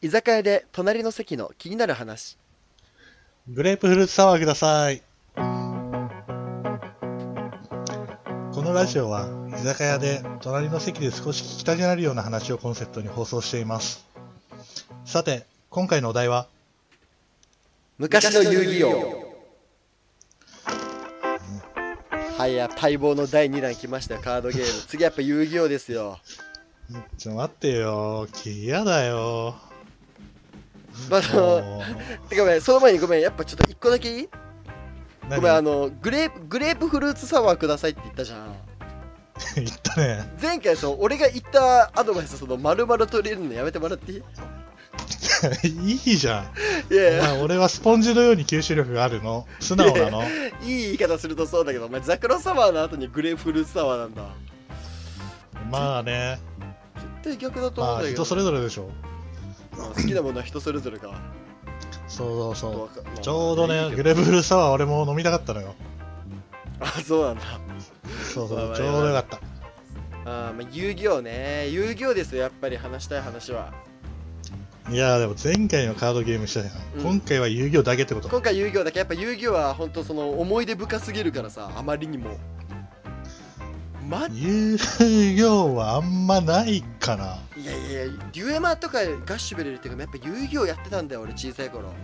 居酒屋で隣の席の気になる話。 グレープフルーツサワーください。このラジオは居酒屋で隣の席で少し聞きたくなるような話をコンセプトに放送しています。さて、今回のお題は昔の遊戯王。はいや、待望の第2弾来ましたよ。カードゲーム。次やっぱ遊戯王ですよ。 ちょっと待ってよ、嫌だよ。 まあ、てかごめん、その前にごめん、やっぱちょっと1個だけいい？ごめん、グレープフルーツサワーくださいって言ったじゃん。 言ったね。 前回俺が言ったアドバイス丸々取れるのやめてもらっていい？ いいじゃん。 いやいや、 俺はスポンジのように吸収力があるの。素直なの。 いい言い方するとそうだけど、お前ザクロサワーの後にグレープフルーツサワーなんだ。 まあね。 絶対逆だと思うんだけど。 人それぞれでしょ。 好きなものは人それぞれか。 そう。ちょうどね、グレープフルーツサワー俺も飲みたかったのよ。 あ、そうなんだ。 そう、ちょうどよかった。 遊戯王ね。遊戯王ですよ、やっぱり話したい話は。 いやでも前回のカードゲームしたじゃん、今回は遊戯王だけってこと？ 今回遊戯王だけ。やっぱ遊戯王は本当思い出深すぎるからさ、あまりにも。 遊戯王はあんまないかな。 いや、デュエマとかガッシュベルっていうか、やっぱ遊戯王やってたんだよ俺、小さい頃。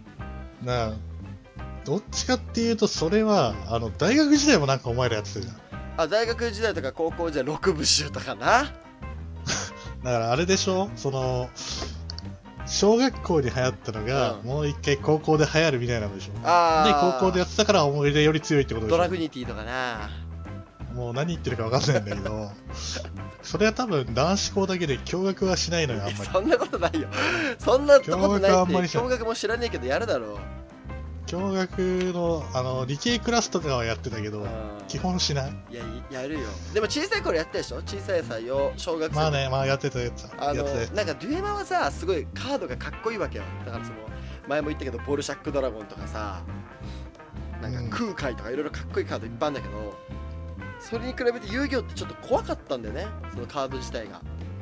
どっちかっていうとそれは大学時代もなんかお前らやってたじゃん。 大学時代とか高校時代6部集とかな。 だからあれでしょ、小学校に流行ったのが、もう一回高校で流行るみたいなんでしょ。で高校でやってたから思い出より強いってことでしょ。 ドラフニティとかな。 もう何言ってるか分かんないんだけどそれは多分男子校だけで驚愕はしないのよ、あんまり。 そんなことないよ。そんなことないって。 驚愕も知らねえけどやるだろう。 驚愕の理系クラスとかはやってたけど、基本しない。 いや、やるよ。でも小さい頃やったでしょ。小さいさよ、小学生。 まあね、やってた。なんかデュエマはさ、すごいカードがかっこいいわけよ。だから前も言ったけど、ボルシャックドラゴンとかさ、なんか空海とかいろいろかっこいいカードいっぱいあるんだけど、それに比べて遊戯王ってちょっと怖かったんだよね、そのカード自体が。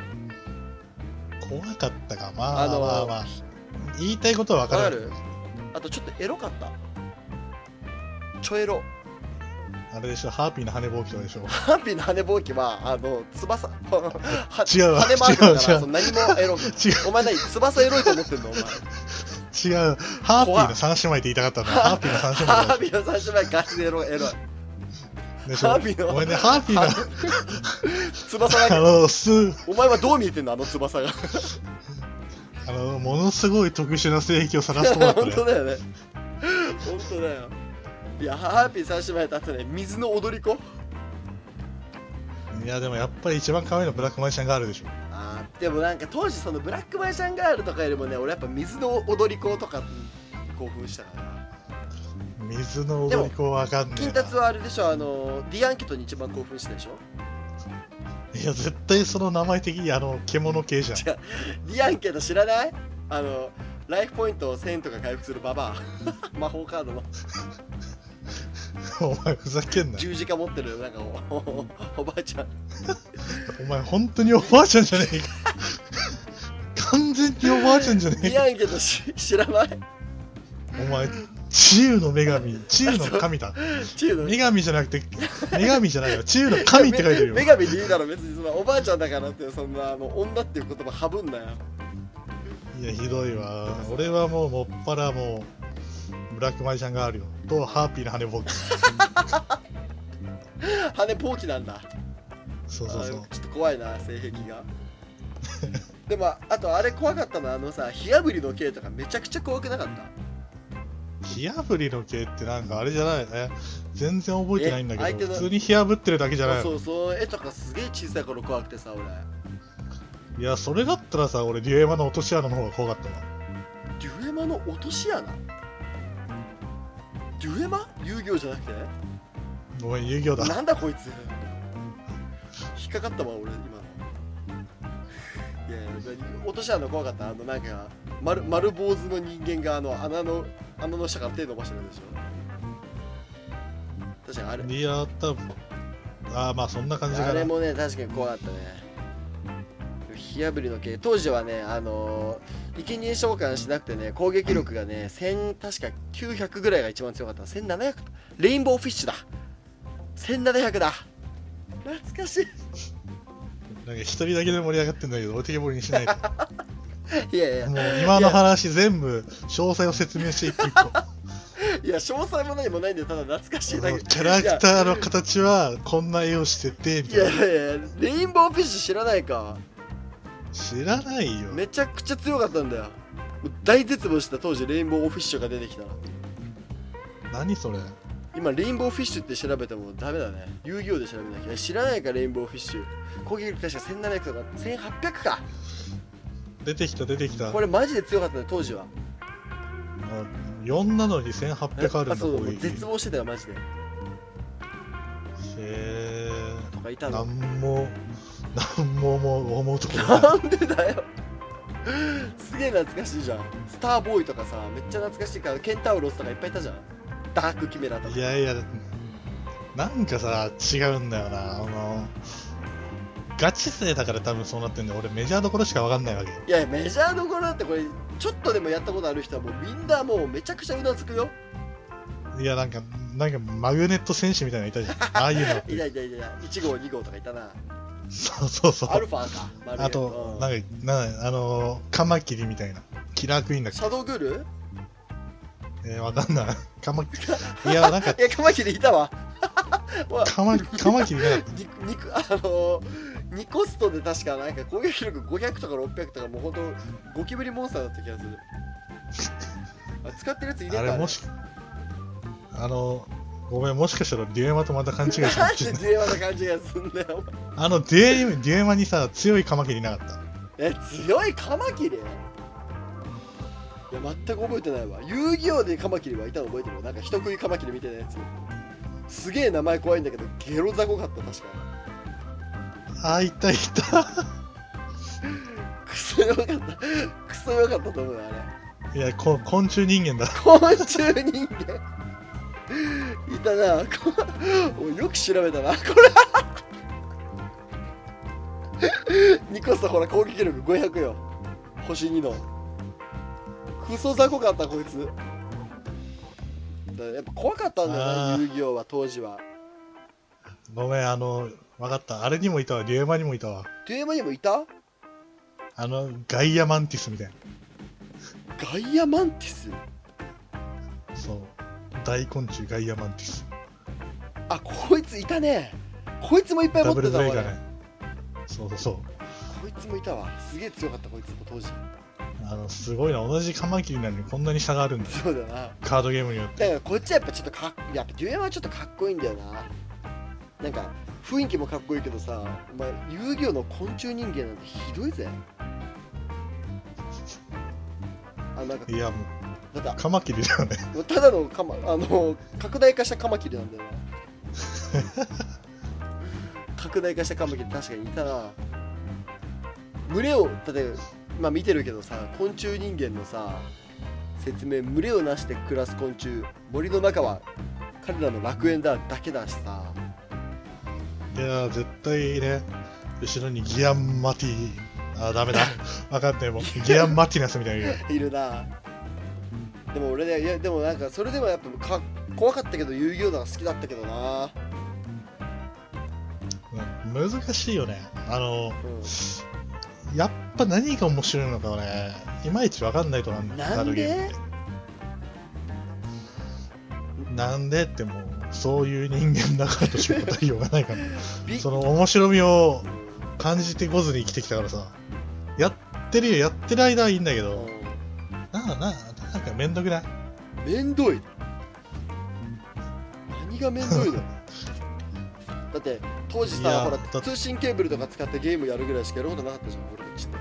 怖かったか。まあ言いたいことは分かる。 あとちょっとエロかった。ちょエロ。 あれでしょ、ハーピーの羽ぼうきとかでしょ。 ハーピーの羽ぼうきは翼違う羽マークだから何もエロくお前何翼エロいと思ってんのお前。 違う、ハーピーの三姉妹って言いたかったんだ。ハーピーの三姉妹。 ハーピーの三姉妹ガチでエロいでしょ。お前ね、ハーピーの翼だけお前はどう見えてんの、翼が。 ものすごい特殊な性癖を探してもらったね。 本当だよね。本当だよ。いや、ハーピー三姉妹とあとね、水の踊り子。 いやでもやっぱり一番可愛いのブラックマジシャンガールでしょ。 でもなんか当時ブラックマジシャンガールとかよりもね、俺やっぱ水の踊り子とか興奮したから。 水の踊り子は分かんない。 金達はあれでしょ、ディアンケトに一番興奮したでしょ。 いや絶対その名前的に獣系じゃん。 違う、ディアンケト知らない？ライフポイントを1000とか回復するババア魔法カードのお前ふざけんな。 十字架持ってるなんかおばあちゃん。 お前本当におばあちゃんじゃねえか。完全におばあちゃんじゃねえか。 ディアンケト知らない？ お前治癒の女神、治癒の神だ。女神じゃなくて、女神じゃないよ。治癒の神って書いてるよ。 女神でいいだろ、別におばあちゃんだからって、そんな女っていう言葉省んなよ。 いや、ひどいわ。俺はもっぱらブラックマジシャンがあるよ。と、ハーピーの羽ぼうき。 羽ぼうきなんだ。 そう。 ちょっと怖いな、性癖が。でも、あとあれ怖かったの火あぶりの刑とかめちゃくちゃ怖くなかった？ 火あぶりの系ってなんかあれじゃないね。全然覚えてないんだけど、普通に火あぶってるだけじゃないの。 そう、絵とかすげえ小さい頃怖くてさ、俺。 いや、それだったらさ、俺デュエマの落とし穴の方が怖かったわ。 デュエマの落とし穴？デュエマ？遊戯王じゃなくて？ ごめん、遊戯王だ。 なんだこいつ。引っかかったわ、俺、今の。いや、落とし穴怖かった。なんか、丸坊主の人間が穴の下から手伸ばしてるでしょ。確かにあれ。 いや、多分。まあそんな感じかな。 あれもね、確かに怖かったね。 火あぶりの系当時はね生贄召喚しなくてね攻撃力がね確か900ぐらいが一番強かった。1700レインボーフィッシュだ。1700だ。懐かしい。 なんか一人だけで盛り上がってんだけど置いてけぼりにしないといやいやもう今の話全部詳細を説明していく一個いや詳細も何もないんでただ懐かしいだけ。 キャラクターの形はこんな絵をしててみたいな。 いやレインボーフィッシュ知らないか。 知らないよ。 めちゃくちゃ強かったんだよ。大絶望した当時レインボーフィッシュが出てきた。 何それ。 今レインボーフィッシュって調べてもダメだね。遊戯王で調べなきゃ。知らないかレインボーフィッシュ。攻撃力確か1700とか1800か。 出てきた。 これマジで強かったね当時は。 4なのに1800あるんだ。 そう絶望してたよマジで。 へーとかいたの。 なんも思うところなんでだよすげえ懐かしいじゃん。スターボーイとかさめっちゃ懐かしいからケンタウロスとかいっぱいいたじゃん。ダークキメラとか。 いやなんかさ違うんだよな。ガチ勢だから多分そうなってんだよ。俺メジャーどころしか分かんないわけ。 いやメジャーどころだってこれちょっとでもやったことある人はもうみんなもうめちゃくちゃうなずくよ。 いやなんかマグネット戦士みたいなのいたじゃん。ああいうのいた1号2号とかいたな。 そうアルファか。 あとカマキリみたいなキラークイーンだっけ。 シャドウグールわかんない。いやなんかカマキリいたわカマキリなかった 2コストで確かなんか攻撃力500とか600とかもうほんとゴキブリモンスターだった気がする使ってるやついねえか。 あれもしごめんもしかしたらデュエマとまた勘違いしてなんでデュエマと勘違いすんだよデュエマにさ強いカマキリなかった。 強いカマキリ。いや全く覚えてないわ。遊戯王でカマキリはいたの覚えてる。なんか人食いカマキリみたいなやつ。すげえ名前怖いんだけどゲロザコかった確か。 いたクソ弱かったと思うよあれ。いや昆虫人間だ。 昆虫人間いたな。よく調べたなこれニコスほら攻撃力500よ。星2のクソ雑魚かったこいつ。やっぱ怖かったんだよな遊戯王は当時は。 ごめん分かった。あれにもいたわ。デュエマにもいたわ。 デュエマにもいた。 ガイアマンティスみたいな。 ガイアマンティス。 そう大昆虫ガイアマンティス。 こいついたね。こいつもいっぱい持ってたわ、ね、 そうこいつもいたわ。すげえ強かったこいつも当時。 すごいな。同じカマキリなのにこんなに差があるんだ。 そうだな。 カードゲームによって。 だからこっちはやっぱちょっとやっぱデュエマはちょっとかっこいいんだよな。なんか雰囲気もかっこいいけどさ、遊戯王の昆虫人間なんてひどいぜ。なんかいやもうだカマキリだよね。 ただの拡大化したカマキリなんだよな拡大化したカマキリ確かにいたな。群れを例えば見てるけどさ、昆虫人間のさ説明、群れをなして暮らす昆虫、森の中は彼らの楽園だけだしさ。 いや絶対ね、後ろにギアンマティダメだ分かんないもん。ギアンマティナスみたいないるな。でも俺ね、いやでもなんかそれでもやっぱ怖かったけど遊戯王のが好きだったけどな。 難しいよね。やっぱ何が面白いのかはね、いまいち分かんないとなんだ。 なんでなんでってもうそういう人間だからとしか答えようがないからその面白みを感じてこずに生きてきたからさ。やってる間はいいんだけど、なんかめんどくない？ めんどい。何がめんどいのだって当時さ、ほら通信ケーブルとか使ってゲームやるぐらいしかやることなかったじゃん俺たちって。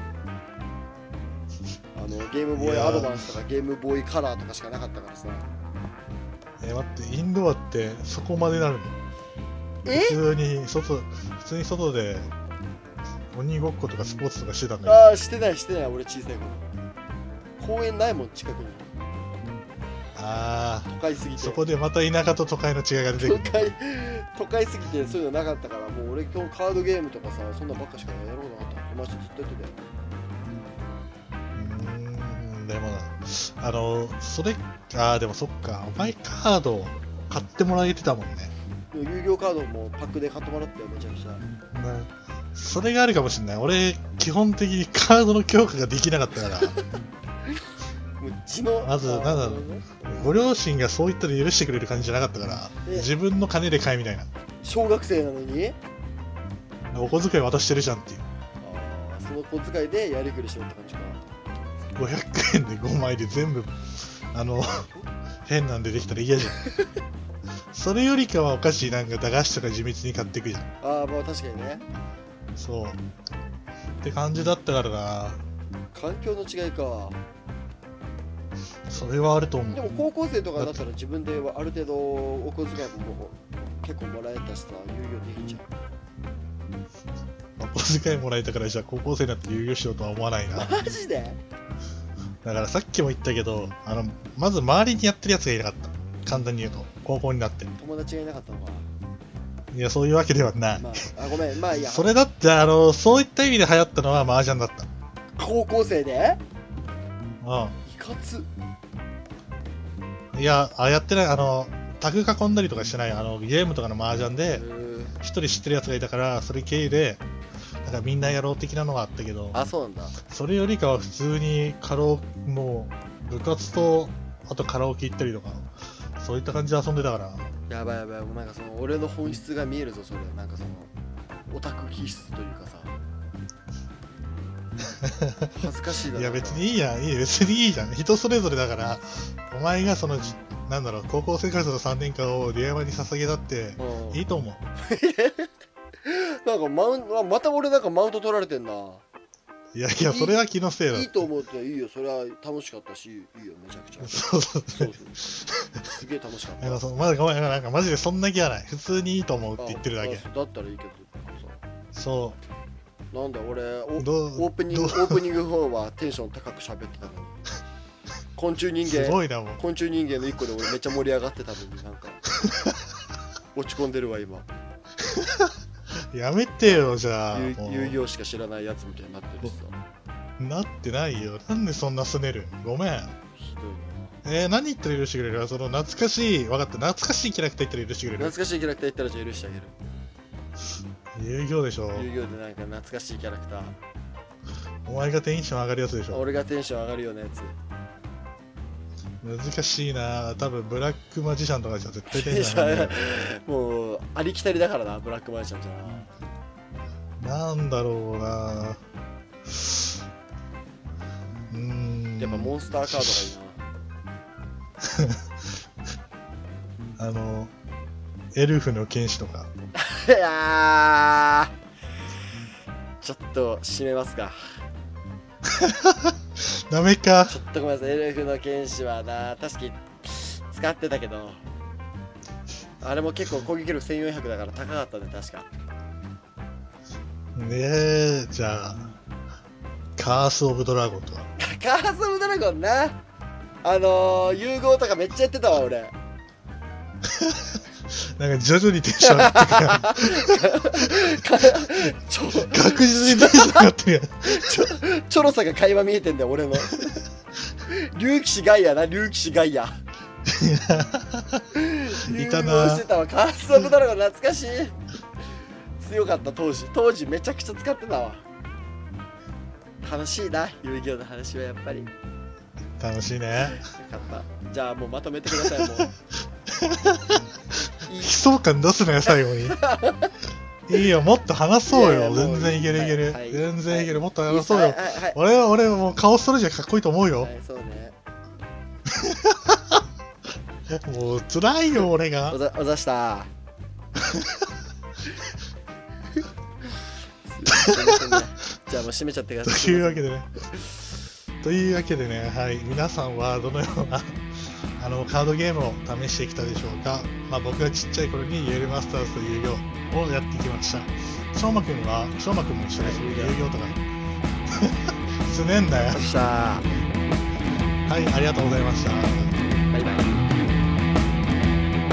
ゲームボーイアドバンスとかゲームボーイカラーとかしかなかったからさ。 待って、インドアってそこまでなるの？普通に外で鬼ごっことかスポーツとかしてたんだけど。 してない俺小さい頃。公園ないもん近くに。都会すぎて。 そこでまた田舎と都会の違いが出てくる。 都会すぎてそういうのなかったから、もう俺今日カードゲームとかさ、そんなばっかしかやろうなかった。 友達とずっと言ってたよ。 でもな、それ、でもそっか、お前カード買ってもらえてたもんね。 遊戯王カードもパックで買ってもらったよ、めちゃくちゃ。 それがあるかもしれない。俺、基本的にカードの強化ができなかったから。 もう地のまず、なんだろう、ご両親がそう言ったら許してくれる感じじゃなかったから、自分の金で買いみたいな。 小学生なのにお小遣い渡してるじゃんっていう。 その小遣いでやりくりしようって感じか。 500円で5枚で全部、変なんでできたら嫌じゃん。それよりかはお菓子なんか駄菓子とか地道に買っていくじゃん。 まあ確かにね。 そう。って感じだったからな。 環境の違いか。 それはあると思う。 でも高校生とかだったら自分である程度お小遣いも結構もらえたしさ、遊戯王できんじゃん。 お小遣いもらえたからじゃあ高校生になって遊戯王しようとは思わないな。 マジで？ だからさっきも言ったけど、まず周りにやってるやつがいなかった。簡単に言うと、高校になって。 友達がいなかったのか。 いや、そういうわけではない。 ごめん、まあいいや。 それだって、そういった意味で流行ったのは麻雀だった。 高校生で？ うん。 いかつ。 いや、やってない、タグ囲んだりとかしてない、ゲームとかの麻雀で、一人知ってるやつがいたから、それ経由で、なんかみんなやろう的なのがあったけど、 そうなんだ。それよりかは普通にもう、部活と、あとカラオケ行ったりとか、そういった感じで遊んでたから。 やばいやばい、もうなんか俺の本質が見えるぞ、それ。なんかオタク気質というかさ。恥ずかしいだろ。 いや別にいいやん、別にいいじゃん。人それぞれだから、お前がなんだろう、高校生活の3年間をディアマに捧げたっていいと思う。 なんかまた俺なんかマウント取られてんな。 いやいや、それは気のせいだ。 いいと思うっていいよ、それは楽しかったし、いいよ、めちゃくちゃ。 そうすげえ楽しかった。 ごめん、なんかマジでそんな気はない。普通にいいと思うって言ってるだけ。 だったらいいけどさ。そう。 なんだ俺オープニング4はテンション高く喋ってたのに。昆虫人間の1個で俺めっちゃ盛り上がってたのになんか落ち込んでるわ今。 やめてよじゃあ。 遊戯王しか知らないやつみたいになってるしさ。 なってないよ。なんでそんなすねる？ごめん。 ひどいな。 何言ったら許してくれる？懐かしい、分かった。懐かしいキャラクター言ったら許してくれる？ 懐かしいキャラクター言ったらじゃあ許してあげる。 遊戯王でしょ。 遊戯王でなんか懐かしいキャラクター。 お前がテンション上がるやつでしょ。 俺がテンション上がるようなやつ。 難しいな。多分ブラックマジシャンとかじゃ絶対テンション上がる。 もうありきたりだからな、ブラックマジシャンじゃな。なんだろうな。 やっぱモンスターカードがいいな。エルフの剣士とか。 いやちょっと締めますか。 ダメか。 ちょっとごめんなさい。エルフの剣士はな、確かに使ってたけど、あれも結構攻撃力1400だから高かったね、確か。 じゃあカースオブドラゴンとか。 カースオブドラゴンな。融合とかめっちゃやってたわ俺。 なんか徐々にテンション上がってくる。確実にテンション上がってるやん。 チョロさが会話見えてんだよ俺の。竜騎士ガイアな、竜騎士ガイア。 いたな。 融合してたわ。カースオブドラゴン懐かしい。強かった当時めちゃくちゃ使ってたわ。楽しいな、遊戯王の話はやっぱり。 楽しいね。 よかった。じゃあもうまとめてください。もう悲壮感出すなよ最後に。いいよ、もっと話そうよ。全然いける。全然いける。もっと話そうよ。俺もう顔それじゃかっこいいと思うよ。 そうね。 もう辛いよ俺が。 おざした。じゃあもう閉めちゃってください。 というわけでね、はい、皆さんはどのようなカードゲームを試してきたでしょうか。僕がちっちゃい頃にデュエルマスターズと遊戯王をやってきました。翔馬くんも一緒です。遊戯王とかすねんだよ。 はい、 ありがとうございました。 バイバイ。